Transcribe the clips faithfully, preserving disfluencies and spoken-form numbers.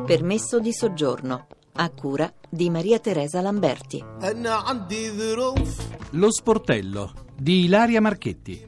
Permesso di soggiorno, a cura di Maria Teresa Lamberti. Lo sportello di Ilaria Marchetti.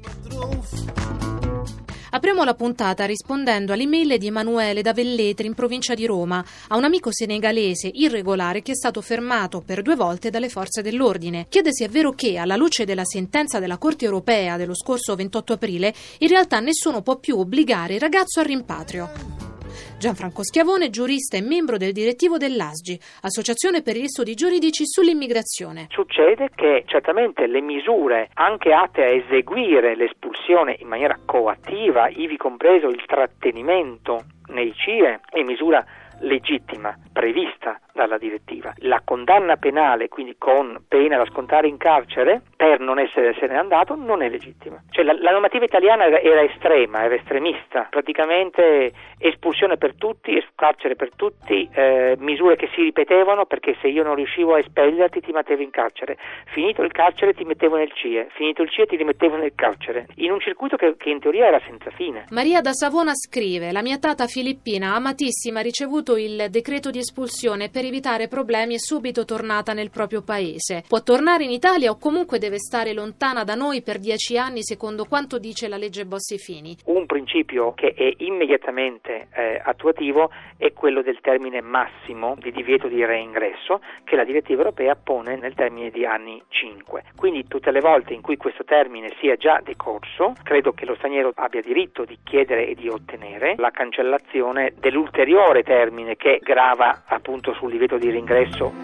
Apriamo la puntata rispondendo all'email di Emanuele da Velletri, in provincia di Roma, a un amico senegalese irregolare che è stato fermato per due volte dalle forze dell'ordine. Chiede se è vero che, alla luce della sentenza della Corte europea dello scorso ventotto aprile, in realtà nessuno può più obbligare il ragazzo al rimpatrio. Gianfranco Schiavone, giurista e membro del direttivo dell'A S G I, Associazione per gli Studi Giuridici sull'Immigrazione. Succede che certamente le misure anche atte a eseguire l'espulsione in maniera coattiva, ivi compreso il trattenimento nei C I E, è misura legittima, prevista dalla direttiva. La condanna penale, quindi con pena da scontare in carcere, per non essere se n'è andato, non è legittima. Cioè la, la normativa italiana era, era estrema, era estremista, praticamente espulsione per tutti, carcere per tutti, eh, misure che si ripetevano, perché se io non riuscivo a espellerti ti mettevo in carcere, finito il carcere ti mettevo nel C I E, finito il C I E ti rimettevo nel carcere, in un circuito che, che in teoria era senza fine. Maria da Savona scrive: la mia tata filippina, amatissima, ha ricevuto il decreto di espulsione per evitare problemi, è subito tornata nel proprio paese. Può tornare in Italia o comunque deve stare lontana da noi per dieci anni, secondo quanto dice la legge Bossi-Fini? Un principio che è immediatamente eh, attuativo è quello del termine massimo di divieto di reingresso, che la direttiva europea pone nel termine di anni cinque. Quindi tutte le volte in cui questo termine sia già decorso, credo che lo straniero abbia diritto di chiedere e di ottenere la cancellazione dell'ulteriore termine che grava appunto sul divieto di reingresso.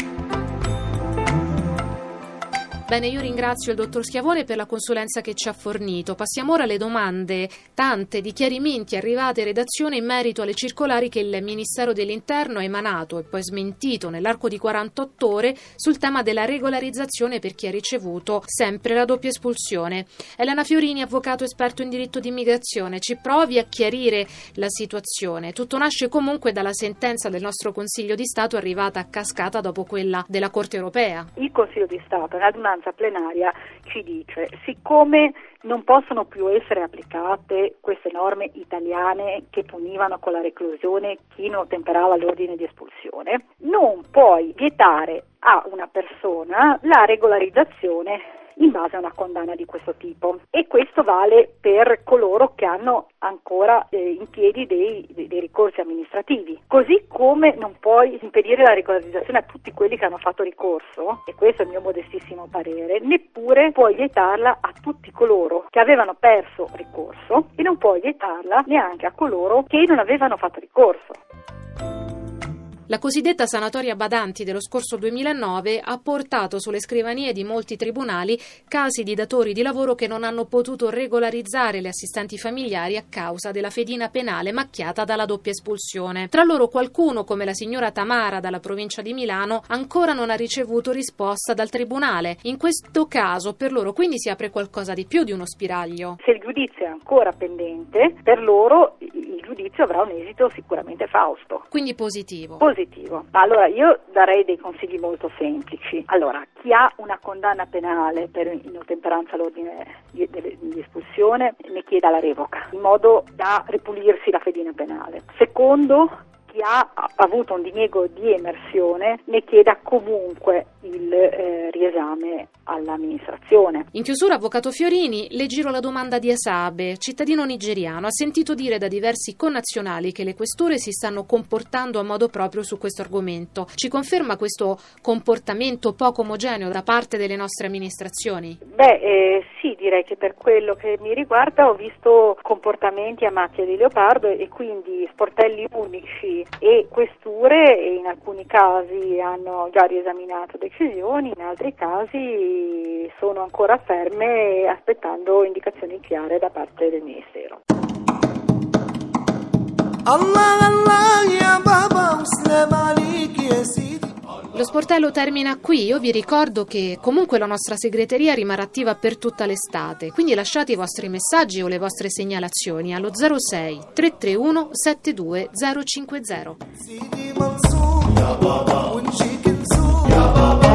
Bene, io ringrazio il dottor Schiavone per la consulenza che ci ha fornito. Passiamo ora alle domande, tante, di chiarimenti arrivate in redazione in merito alle circolari che il Ministero dell'Interno ha emanato e poi smentito nell'arco di quarantotto ore sul tema della regolarizzazione per chi ha ricevuto sempre la doppia espulsione. Elena Fiorini, avvocato esperto in diritto di immigrazione, ci provi a chiarire la situazione. Tutto nasce comunque dalla sentenza del nostro Consiglio di Stato arrivata a cascata dopo quella della Corte europea. Il Consiglio di Stato, in adunanza plenaria, ci dice: siccome non possono più essere applicate queste norme italiane che punivano con la reclusione chi non ottemperava all'ordine di espulsione, non puoi vietare a una persona la regolarizzazione in base a una condanna di questo tipo, e questo vale per coloro che hanno ancora eh, in piedi dei, dei, dei ricorsi amministrativi, così come non puoi impedire la regolarizzazione a tutti quelli che hanno fatto ricorso, e questo è il mio modestissimo parere, neppure puoi vietarla a tutti coloro che avevano perso ricorso, e non puoi vietarla neanche a coloro che non avevano fatto ricorso. La cosiddetta sanatoria Badanti dello scorso duemilanove ha portato sulle scrivanie di molti tribunali casi di datori di lavoro che non hanno potuto regolarizzare le assistenti familiari a causa della fedina penale macchiata dalla doppia espulsione. Tra loro qualcuno, come la signora Tamara dalla provincia di Milano, ancora non ha ricevuto risposta dal tribunale. In questo caso per loro quindi si apre qualcosa di più di uno spiraglio. Se il giudizio è ancora pendente, per loro il giudizio avrà un esito sicuramente fausto. Quindi positivo. Positivo. Allora io darei dei consigli molto semplici. Allora, chi ha una condanna penale per inottemperanza all'ordine di, di, di espulsione ne chieda la revoca, in modo da ripulirsi la fedina penale. Secondo, chi ha avuto un diniego di emersione ne chieda comunque il eh, riesame all'amministrazione. In chiusura, avvocato Fiorini, le giro la domanda di Asabe, cittadino nigeriano. Ha sentito dire da diversi connazionali che le questure si stanno comportando a modo proprio su questo argomento. Ci conferma questo comportamento poco omogeneo da parte delle nostre amministrazioni? Beh, eh, sì, direi che per quello che mi riguarda ho visto comportamenti a macchia di leopardo, e quindi sportelli unici e questure, e in alcuni casi hanno già riesaminato decisioni, in altri casi sono ancora ferme aspettando indicazioni chiare da parte del Ministero. Lo sportello termina qui. Io vi ricordo che comunque la nostra segreteria rimarrà attiva per tutta l'estate, quindi lasciate i vostri messaggi o le vostre segnalazioni allo zero sei tre tre uno sette due zero cinque zero.